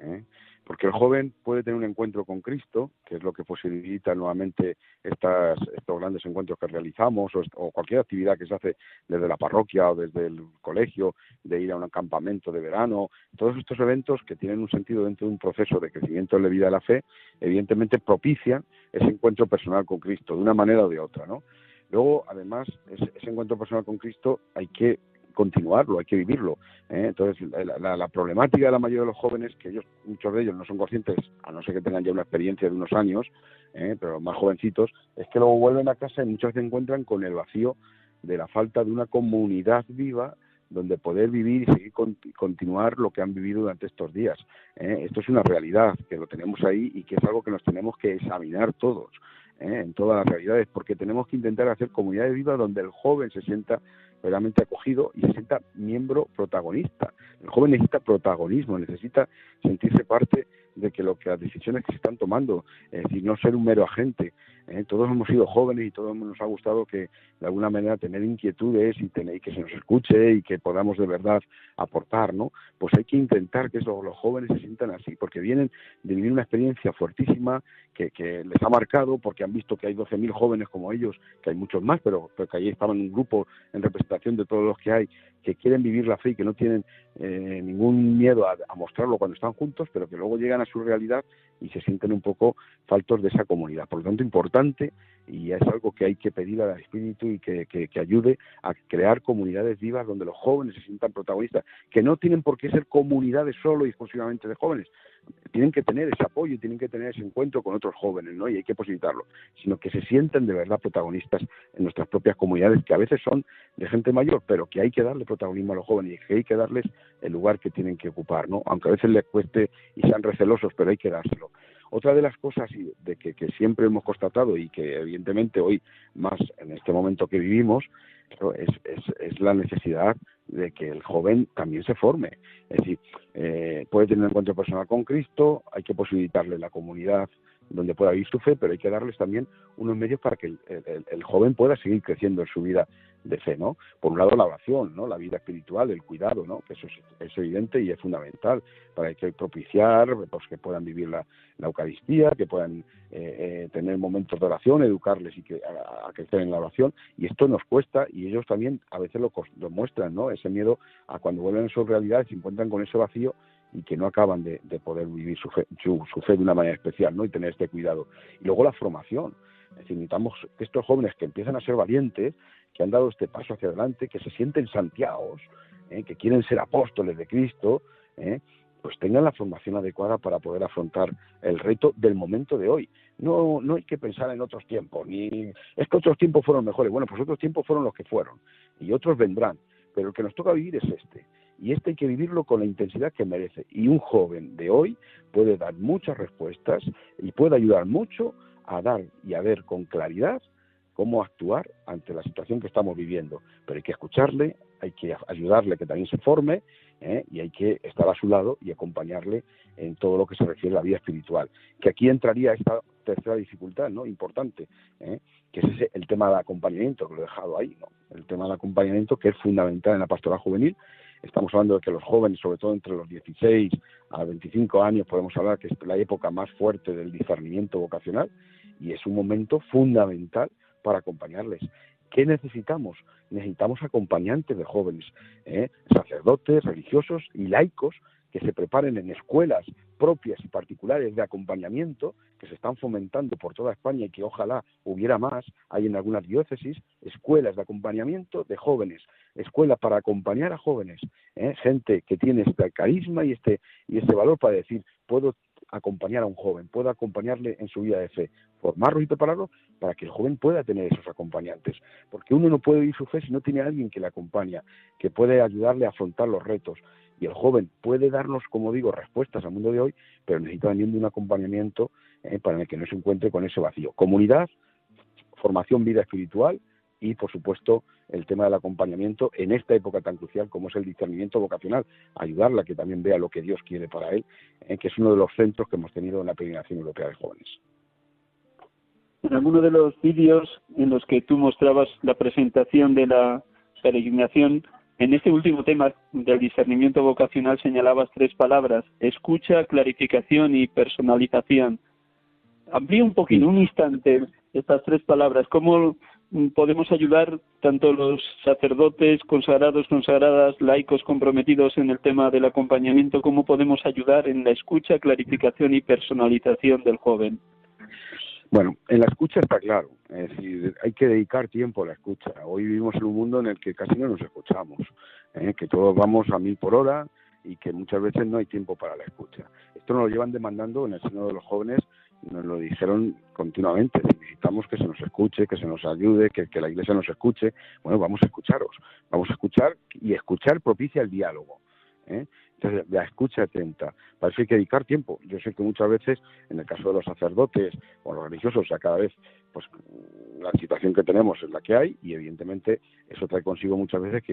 porque el joven puede tener un encuentro con Cristo, que es lo que posibilita nuevamente estos grandes encuentros que realizamos, o cualquier actividad que se hace desde la parroquia o desde el colegio, de ir a un campamento de verano. Todos estos eventos que tienen un sentido dentro de un proceso de crecimiento en la vida de la fe, evidentemente propician ese encuentro personal con Cristo, de una manera o de otra, ¿no? Luego, además, ese encuentro personal con Cristo hay que continuarlo, hay que vivirlo. Entonces, la problemática de la mayoría de los jóvenes, que muchos de ellos no son conscientes, a no ser que tengan ya una experiencia de unos años, pero más jovencitos, es que luego vuelven a casa y muchas veces se encuentran con el vacío de la falta de una comunidad viva donde poder vivir y seguir continuar lo que han vivido durante estos días. Esto es una realidad, que lo tenemos ahí y que es algo que nos tenemos que examinar todos, en todas las realidades, porque tenemos que intentar hacer comunidades vivas donde el joven se sienta realmente acogido y se sienta miembro protagonista. El joven necesita protagonismo, necesita sentirse parte de que las decisiones que se están tomando, es decir, no ser un mero agente. Todos hemos sido jóvenes y todos nos ha gustado que de alguna manera tener inquietudes y que se nos escuche y que podamos de verdad aportar, ¿no? Pues hay que intentar que los jóvenes se sientan así, porque vienen de vivir una experiencia fuertísima que les ha marcado, porque han visto que hay 12.000 jóvenes como ellos, que hay muchos más, pero que ahí estaban en un grupo en representación de todos los que hay, que quieren vivir la fe y que no tienen ningún miedo a mostrarlo cuando están juntos, pero que luego llegan a su realidad y se sienten un poco faltos de esa comunidad. Por lo tanto, importante, y es algo que hay que pedir al Espíritu y que ayude a crear comunidades vivas donde los jóvenes se sientan protagonistas, que no tienen por qué ser comunidades solo y exclusivamente de jóvenes. Tienen que tener ese apoyo, tienen que tener ese encuentro con otros jóvenes, ¿no? Y hay que posibilitarlo, sino que se sienten de verdad protagonistas en nuestras propias comunidades, que a veces son de gente mayor, pero que hay que darle protagonismo a los jóvenes y que hay que darles el lugar que tienen que ocupar, ¿no? Aunque a veces les cueste y sean recelosos, pero hay que dárselo. Otra de las cosas de que siempre hemos constatado y que evidentemente hoy más en este momento que vivimos es la necesidad de que el joven también se forme. Es decir, puede tener un encuentro personal con Cristo, hay que posibilitarle la comunidad donde pueda vivir su fe, pero hay que darles también unos medios para que el joven pueda seguir creciendo en su vida de fe, ¿no? Por un lado la oración, ¿no? La vida espiritual, el cuidado, ¿no? Que eso es evidente y es fundamental para que propiciar, pues, que puedan vivir la Eucaristía, que puedan tener momentos de oración, educarles y a crecer en la oración, y esto nos cuesta, y ellos también a veces lo muestran, ¿no? Ese miedo a cuando vuelven a su realidad se encuentran con ese vacío y que no acaban de poder vivir su fe de una manera especial, ¿no? Y tener este cuidado. Y luego la formación. Es decir, necesitamos que estos jóvenes que empiezan a ser valientes, que han dado este paso hacia adelante, que se sienten santiagos, que quieren ser apóstoles de Cristo, pues tengan la formación adecuada para poder afrontar el reto del momento de hoy. No hay que pensar en otros tiempos, ni es que otros tiempos fueron mejores. Bueno, pues otros tiempos fueron los que fueron, y otros vendrán, pero el que nos toca vivir es este. Y este hay que vivirlo con la intensidad que merece. Y un joven de hoy puede dar muchas respuestas y puede ayudar mucho a dar y a ver con claridad cómo actuar ante la situación que estamos viviendo. Pero hay que escucharle, hay que ayudarle que también se forme, y hay que estar a su lado y acompañarle en todo lo que se refiere a la vida espiritual. Que aquí entraría esta tercera dificultad, ¿no? Importante, que es el tema del acompañamiento, que lo he dejado ahí, ¿no? El tema del acompañamiento, que es fundamental en la pastoral juvenil. Estamos hablando de que los jóvenes, sobre todo entre los 16 a 25 años, podemos hablar que es la época más fuerte del discernimiento vocacional, y es un momento fundamental para acompañarles. ¿Qué necesitamos? Necesitamos acompañantes de jóvenes, sacerdotes, religiosos y laicos que se preparen en escuelas propias y particulares de acompañamiento que se están fomentando por toda España y que ojalá hubiera más. Hay en algunas diócesis escuelas de acompañamiento de jóvenes, escuelas para acompañar a jóvenes, gente que tiene este carisma y este valor para decir, puedo acompañar a un joven, puedo acompañarle en su vida de fe, formarlo y prepararlo para que el joven pueda tener esos acompañantes, porque uno no puede vivir su fe si no tiene a alguien que le acompaña, que puede ayudarle a afrontar los retos, y el joven puede darnos, como digo, respuestas al mundo de hoy, pero necesita también de un acompañamiento para el que no se encuentre con ese vacío. Comunidad, formación, vida espiritual y, por supuesto, el tema del acompañamiento en esta época tan crucial como es el discernimiento vocacional, ayudarla a que también vea lo que Dios quiere para él, que es uno de los centros que hemos tenido en la Peregrinación Europea de Jóvenes. En alguno de los vídeos en los que tú mostrabas la presentación de la peregrinación, en este último tema del discernimiento vocacional señalabas 3 palabras: escucha, clarificación y personalización. Amplía un poquito, un instante, estas 3 palabras. ¿Cómo podemos ayudar tanto los sacerdotes, consagrados, consagradas, laicos comprometidos en el tema del acompañamiento, cómo podemos ayudar en la escucha, clarificación y personalización del joven? Bueno, en la escucha está claro, es decir, hay que dedicar tiempo a la escucha. Hoy vivimos en un mundo en el que casi no nos escuchamos, que todos vamos a 1000 por hora y que muchas veces no hay tiempo para la escucha. Esto nos lo llevan demandando en el seno de los jóvenes, nos lo dijeron continuamente: necesitamos que se nos escuche, que se nos ayude, que la Iglesia nos escuche. Bueno, vamos a escucharos, vamos a escuchar, y escuchar propicia el diálogo. Entonces, la escucha atenta. Para eso hay que dedicar tiempo. Yo sé que muchas veces, en el caso de los sacerdotes o los religiosos, o sea, cada vez pues la situación que tenemos es la que hay, y evidentemente eso trae consigo muchas veces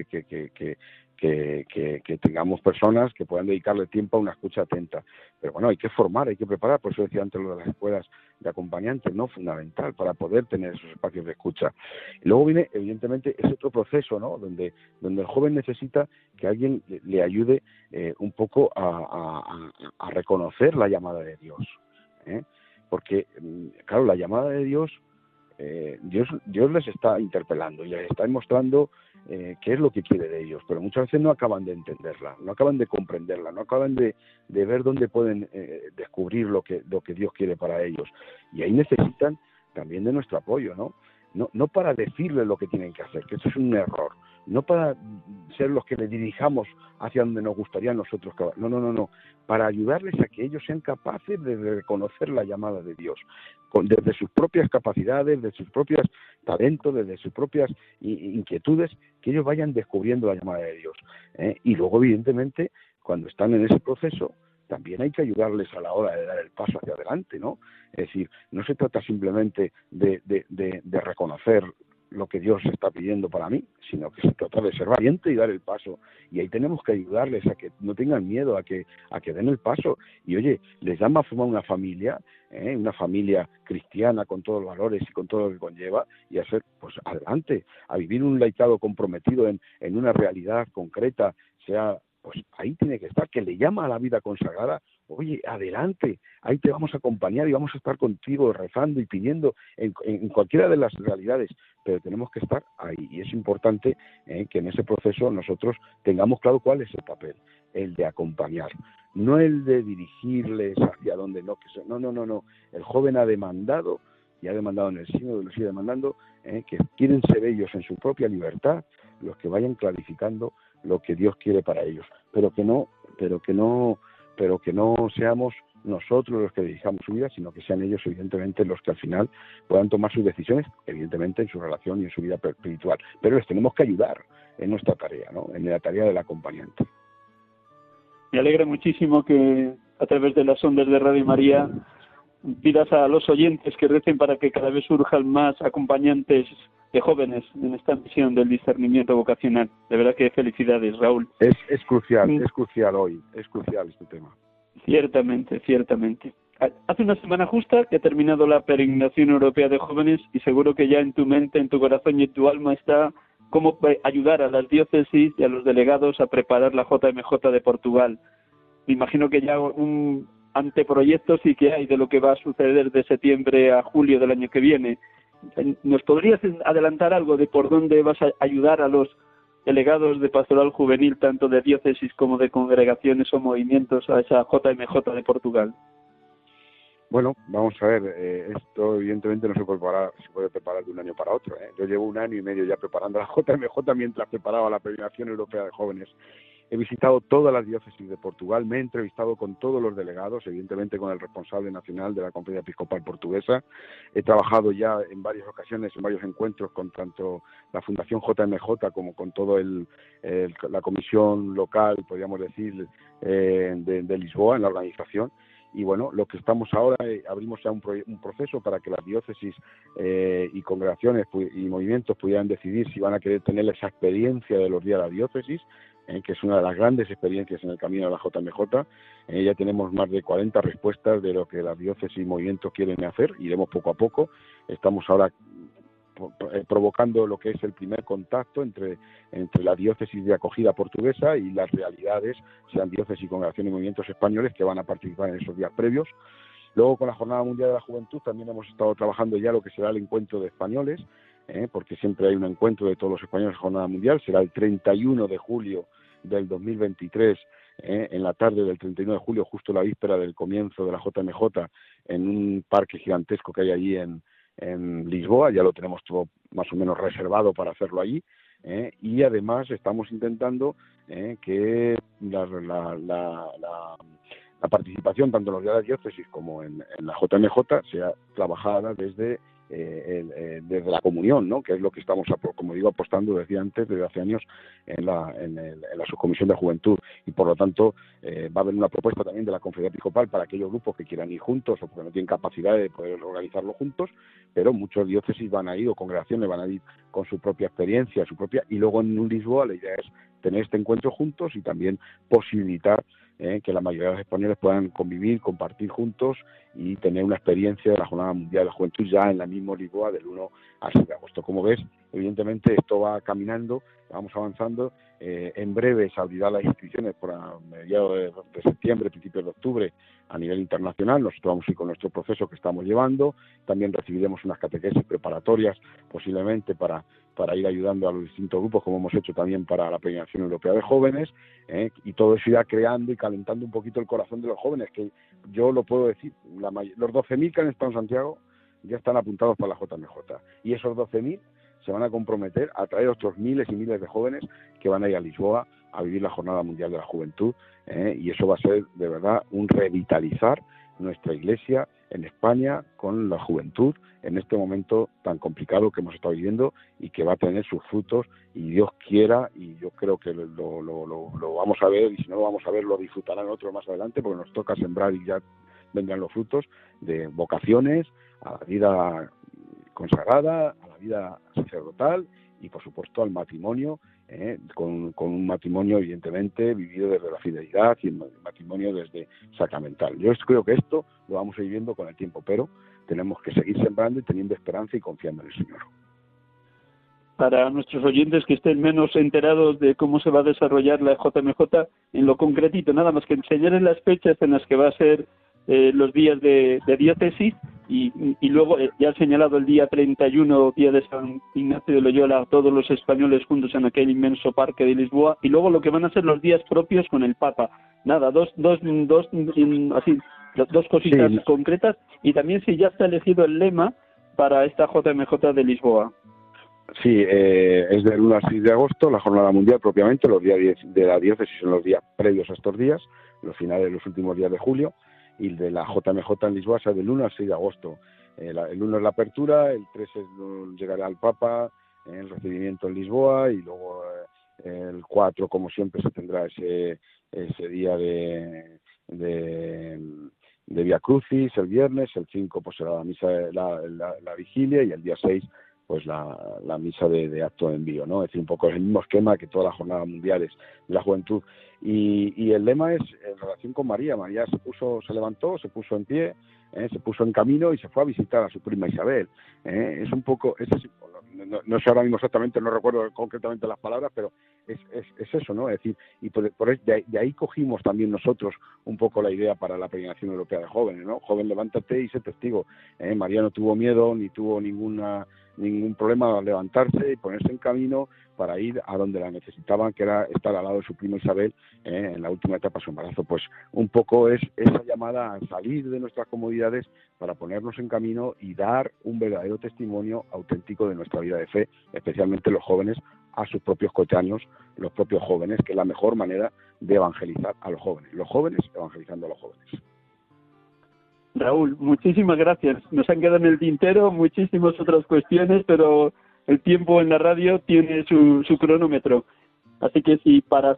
que tengamos personas que puedan dedicarle tiempo a una escucha atenta. Pero bueno, hay que formar, hay que preparar. Por eso decía antes lo de las escuelas de acompañantes, ¿no? Fundamental para poder tener esos espacios de escucha. Y luego viene, evidentemente, ese otro proceso, ¿no? Donde el joven necesita que alguien le ayude un poco a reconocer la llamada de Dios, porque, claro, la llamada de Dios, Dios les está interpelando y les está mostrando qué es lo que quiere de ellos, pero muchas veces no acaban de entenderla, no acaban de comprenderla, no acaban de ver dónde pueden descubrir lo que Dios quiere para ellos, y ahí necesitan también de nuestro apoyo, no para decirles lo que tienen que hacer, que eso es un error, no para ser los que les dirijamos hacia donde nos gustaría a nosotros que no, para ayudarles a que ellos sean capaces de reconocer la llamada de Dios, desde sus propias capacidades, desde sus propios talentos, desde sus propias inquietudes, que ellos vayan descubriendo la llamada de Dios. Y luego, evidentemente, cuando están en ese proceso, también hay que ayudarles a la hora de dar el paso hacia adelante, ¿no? Es decir, no se trata simplemente de reconocer lo que Dios está pidiendo para mí, sino que se trata de ser valiente y dar el paso. Y ahí tenemos que ayudarles a que no tengan miedo, a que den el paso. Y oye, les llama a formar una familia cristiana con todos los valores y con todo lo que conlleva, y a ser, pues adelante, a vivir un laicado comprometido en una realidad concreta, pues ahí tiene que estar, que le llama a la vida consagrada. Oye, adelante, ahí te vamos a acompañar y vamos a estar contigo rezando y pidiendo en cualquiera de las realidades, pero tenemos que estar ahí, y es importante que en ese proceso nosotros tengamos claro cuál es el papel, el de acompañar, no el de dirigirles hacia donde no. El joven ha demandado, y ha demandado en el sínodo, lo sigue demandando, que quieren ser ellos en su propia libertad los que vayan clarificando lo que Dios quiere para ellos, pero que no seamos nosotros los que dirijamos su vida, sino que sean ellos, evidentemente, los que al final puedan tomar sus decisiones, evidentemente en su relación y en su vida espiritual, pero les tenemos que ayudar en nuestra tarea, ¿no?, en la tarea del acompañante. Me alegra muchísimo que a través de las ondas de Radio María pidas a los oyentes que recen para que cada vez surjan más acompañantes de jóvenes en esta misión del discernimiento vocacional. De verdad que felicidades, Raúl. Es crucial hoy, es crucial este tema. Ciertamente. Hace una semana justa que ha terminado la peregrinación europea de jóvenes, y seguro que ya en tu mente, en tu corazón y en tu alma está cómo ayudar a las diócesis y a los delegados a preparar la JMJ de Portugal. Me imagino que ya un anteproyecto sí que hay de lo que va a suceder de septiembre a julio del año que viene. ¿Nos podrías adelantar algo de por dónde vas a ayudar a los delegados de pastoral juvenil, tanto de diócesis como de congregaciones o movimientos, a esa JMJ de Portugal? Bueno, vamos a ver, esto evidentemente no se puede preparar de un año para otro. Yo llevo 1 año y medio ya preparando la JMJ mientras preparaba la peregrinación europea de jóvenes. He visitado todas las diócesis de Portugal, me he entrevistado con todos los delegados, evidentemente con el responsable nacional de la Conferencia Episcopal Portuguesa. He trabajado ya en varias ocasiones, en varios encuentros con tanto la Fundación JMJ como con todo la comisión local, podríamos decir, de Lisboa, en la organización. Y bueno, lo que estamos ahora, abrimos ya un proceso para que las diócesis y congregaciones y movimientos pudieran decidir si van a querer tener esa experiencia de los días de la diócesis, que es una de las grandes experiencias en el camino de la JMJ. Ya tenemos más de 40 respuestas de lo que las diócesis y movimientos quieren hacer, iremos poco a poco. Estamos ahora provocando lo que es el primer contacto entre la diócesis de acogida portuguesa y las realidades, sean diócesis y congregaciones y movimientos españoles que van a participar en esos días previos. Luego, con la Jornada Mundial de la Juventud, también hemos estado trabajando ya lo que será el encuentro de españoles, porque siempre hay un encuentro de todos los españoles en Jornada Mundial. Será el 31 de julio del 2023, en la tarde del 31 de julio, justo la víspera del comienzo de la JMJ, en un parque gigantesco que hay allí en Lisboa. Ya lo tenemos todo más o menos reservado para hacerlo allí, y además estamos intentando que la participación tanto en los días de la diócesis como en la JMJ sea trabajada desde la comunión, ¿no?, que es lo que estamos, como digo, apostando desde hace años en la subcomisión de juventud, y por lo tanto va a haber una propuesta también de la Conferencia Episcopal para aquellos grupos que quieran ir juntos o porque no tienen capacidad de poder organizarlo juntos, pero muchos diócesis van a ir, o congregaciones van a ir con su propia experiencia, y luego en Lisboa la idea es tener este encuentro juntos y también posibilitar que la mayoría de los españoles puedan convivir, compartir juntos y tener una experiencia de la Jornada Mundial de la Juventud ya en la misma Lisboa del 1 al 6 de agosto. Como ves, evidentemente esto va caminando, vamos avanzando. En breve se abrirán las inscripciones por mediados de septiembre, principios de octubre, a nivel internacional. Nosotros vamos a ir con nuestro proceso que estamos llevando. También recibiremos unas catequesis preparatorias, posiblemente para ir ayudando a los distintos grupos, como hemos hecho también para la peregrinación europea de jóvenes, y todo eso irá creando y calentando un poquito el corazón de los jóvenes, que yo lo puedo decir, los 12.000 que han estado en Santiago ya están apuntados para la JMJ, y esos 12.000 se van a comprometer a traer otros miles y miles de jóvenes que van a ir a Lisboa a vivir la Jornada Mundial de la Juventud, y eso va a ser de verdad un revitalizar nuestra Iglesia en España con la juventud en este momento tan complicado que hemos estado viviendo, y que va a tener sus frutos, y Dios quiera, y yo creo que lo vamos a ver, y si no lo vamos a ver lo disfrutarán otros más adelante, porque nos toca sembrar y ya vendrán los frutos de vocaciones a la vida consagrada, a la vida sacerdotal y, por supuesto, al matrimonio, con un matrimonio, evidentemente, vivido desde la fidelidad y el matrimonio desde sacramental. Yo creo que esto lo vamos a ir viendo con el tiempo, pero tenemos que seguir sembrando y teniendo esperanza y confiando en el Señor. Para nuestros oyentes que estén menos enterados de cómo se va a desarrollar la JMJ, en lo concretito, nada más que enseñarles las fechas en las que va a ser los días de diócesis y luego ya ha señalado el día 31, día de San Ignacio de Loyola, todos los españoles juntos en aquel inmenso parque de Lisboa, y luego lo que van a ser los días propios con el Papa. Nada, dos cositas sí, concretas, y también si ya está elegido el lema para esta JMJ de Lisboa. Sí, es del 1 al 6 de agosto, la jornada mundial propiamente, los días de la diócesis son los días previos a estos días, los finales, los últimos días de julio, y el de la JMJ en Lisboa es del 1 al 6 de agosto. El 1 es la apertura, el 3 es llegará al Papa, el recibimiento en Lisboa, y luego el 4, como siempre, se tendrá ese día de Via Crucis el viernes, el 5 pues será la misa, la vigilia, y el día 6 pues la misa de acto de envío, ¿no? Es decir, un poco el mismo esquema que todas las jornadas mundiales de la juventud. Y el lema es en relación con María. María se levantó, se puso en pie, se puso en camino y se fue a visitar a su prima Isabel. Es un poco, no sé ahora mismo exactamente, no recuerdo concretamente las palabras, pero es eso, ¿no? Es decir, y de ahí cogimos también nosotros un poco la idea para la peregrinación europea de jóvenes, ¿no? Joven, levántate y sé testigo. María no tuvo miedo ni tuvo ningún problema al levantarse y ponerse en camino para ir a donde la necesitaban, que era estar al lado de su prima Isabel en la última etapa de su embarazo. Pues un poco es esa llamada a salir de nuestras comodidades para ponernos en camino y dar un verdadero testimonio auténtico de nuestra vida de fe, especialmente los jóvenes, a sus propios coetáneos, los propios jóvenes, que es la mejor manera de evangelizar a los jóvenes evangelizando a los jóvenes. Raúl, muchísimas gracias. Nos han quedado en el tintero muchísimas otras cuestiones, pero el tiempo en la radio tiene su cronómetro. Así que si para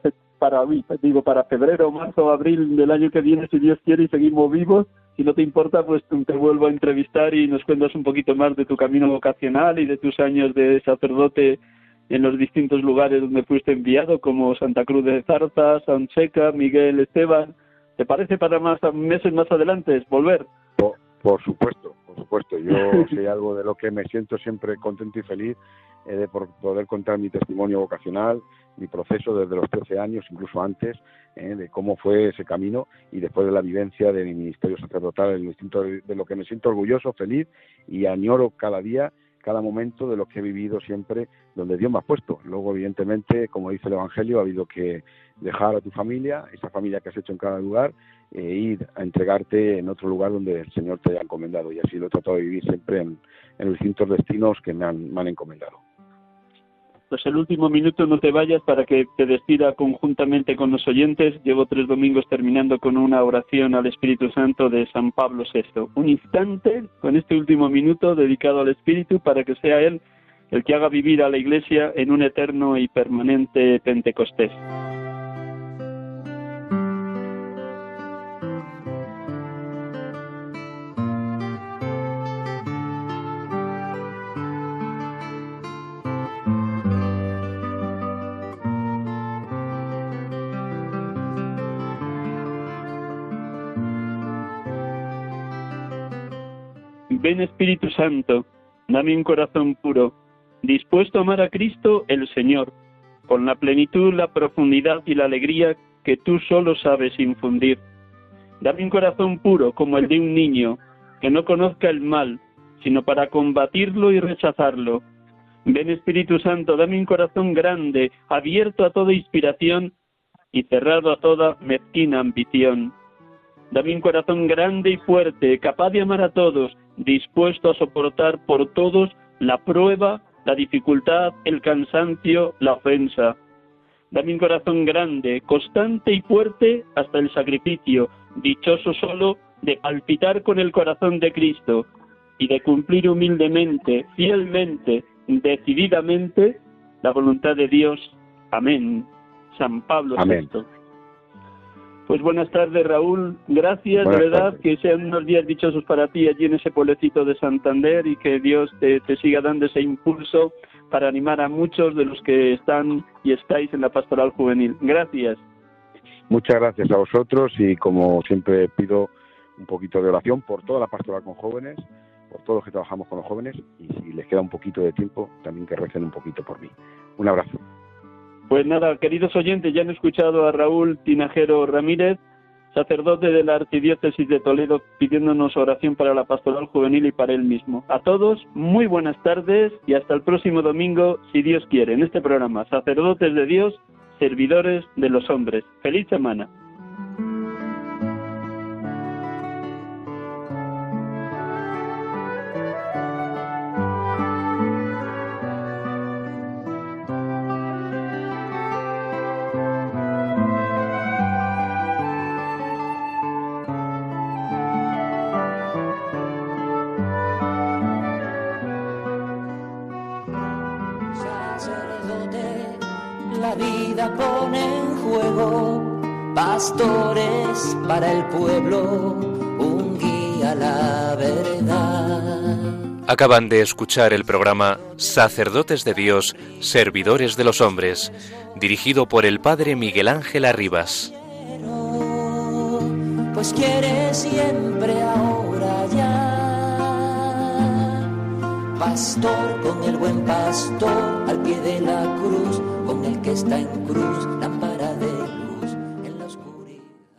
febrero, marzo, abril del año que viene, si Dios quiere y seguimos vivos, si no te importa, pues te vuelvo a entrevistar y nos cuentas un poquito más de tu camino vocacional y de tus años de sacerdote en los distintos lugares donde fuiste enviado, como Santa Cruz de Zarza, Sanseca, Miguel Esteban. ¿Te parece para meses más adelante volver? Por supuesto. Yo sé algo de lo que me siento siempre contento y feliz, de por poder contar mi testimonio vocacional, mi proceso desde los 13 años, incluso antes, de cómo fue ese camino, y después de la vivencia de mi ministerio sacerdotal, de lo que me siento orgulloso, feliz, y añoro cada día, cada momento de lo que he vivido siempre donde Dios me ha puesto. Luego, evidentemente, como dice el Evangelio, ha habido que dejar a tu familia, esa familia que has hecho en cada lugar, e ir a entregarte en otro lugar donde el Señor te haya encomendado. Y así lo he tratado de vivir siempre en los distintos destinos que me han encomendado. Pues el último minuto no te vayas para que te despida conjuntamente con los oyentes. Llevo 3 domingos terminando con una oración al Espíritu Santo de San Pablo VI. Un instante con este último minuto dedicado al Espíritu para que sea Él el que haga vivir a la Iglesia en un eterno y permanente Pentecostés. Ven Espíritu Santo, dame un corazón puro, dispuesto a amar a Cristo el Señor, con la plenitud, la profundidad y la alegría que tú solo sabes infundir. Dame un corazón puro como el de un niño, que no conozca el mal, sino para combatirlo y rechazarlo. Ven Espíritu Santo, dame un corazón grande, abierto a toda inspiración y cerrado a toda mezquina ambición. Dame un corazón grande y fuerte, capaz de amar a todos, dispuesto a soportar por todos la prueba, la dificultad, el cansancio, la ofensa. Dame un corazón grande, constante y fuerte hasta el sacrificio, dichoso solo de palpitar con el corazón de Cristo y de cumplir humildemente, fielmente, decididamente la voluntad de Dios. Amén. San Pablo Amén. VI. Pues buenas tardes, Raúl. Gracias, Buenas de verdad, tardes. que sean unos días dichosos para ti allí en ese pueblecito de Santander y que Dios te siga dando ese impulso para animar a muchos de los que están y estáis en la pastoral juvenil. Gracias. Muchas gracias a vosotros y como siempre pido un poquito de oración por toda la pastoral con jóvenes, por todos los que trabajamos con los jóvenes y si les queda un poquito de tiempo, también que recen un poquito por mí. Un abrazo. Pues nada, queridos oyentes, ya han escuchado a Raúl Tinajero Ramírez, sacerdote de la Archidiócesis de Toledo, pidiéndonos oración para la pastoral juvenil y para él mismo. A todos, muy buenas tardes y hasta el próximo domingo, si Dios quiere, en este programa, Sacerdotes de Dios, Servidores de los Hombres. ¡Feliz semana! La vida pone en juego, pastores para el pueblo, un guía a la verdad. Acaban de escuchar el programa Sacerdotes de Dios, Servidores de los Hombres, dirigido por el padre Miguel Ángel Arribas. Pues quiere siempre ahora ya. Pastor con el buen pastor, al pie de la cruz, con el que está en cruz, lámpara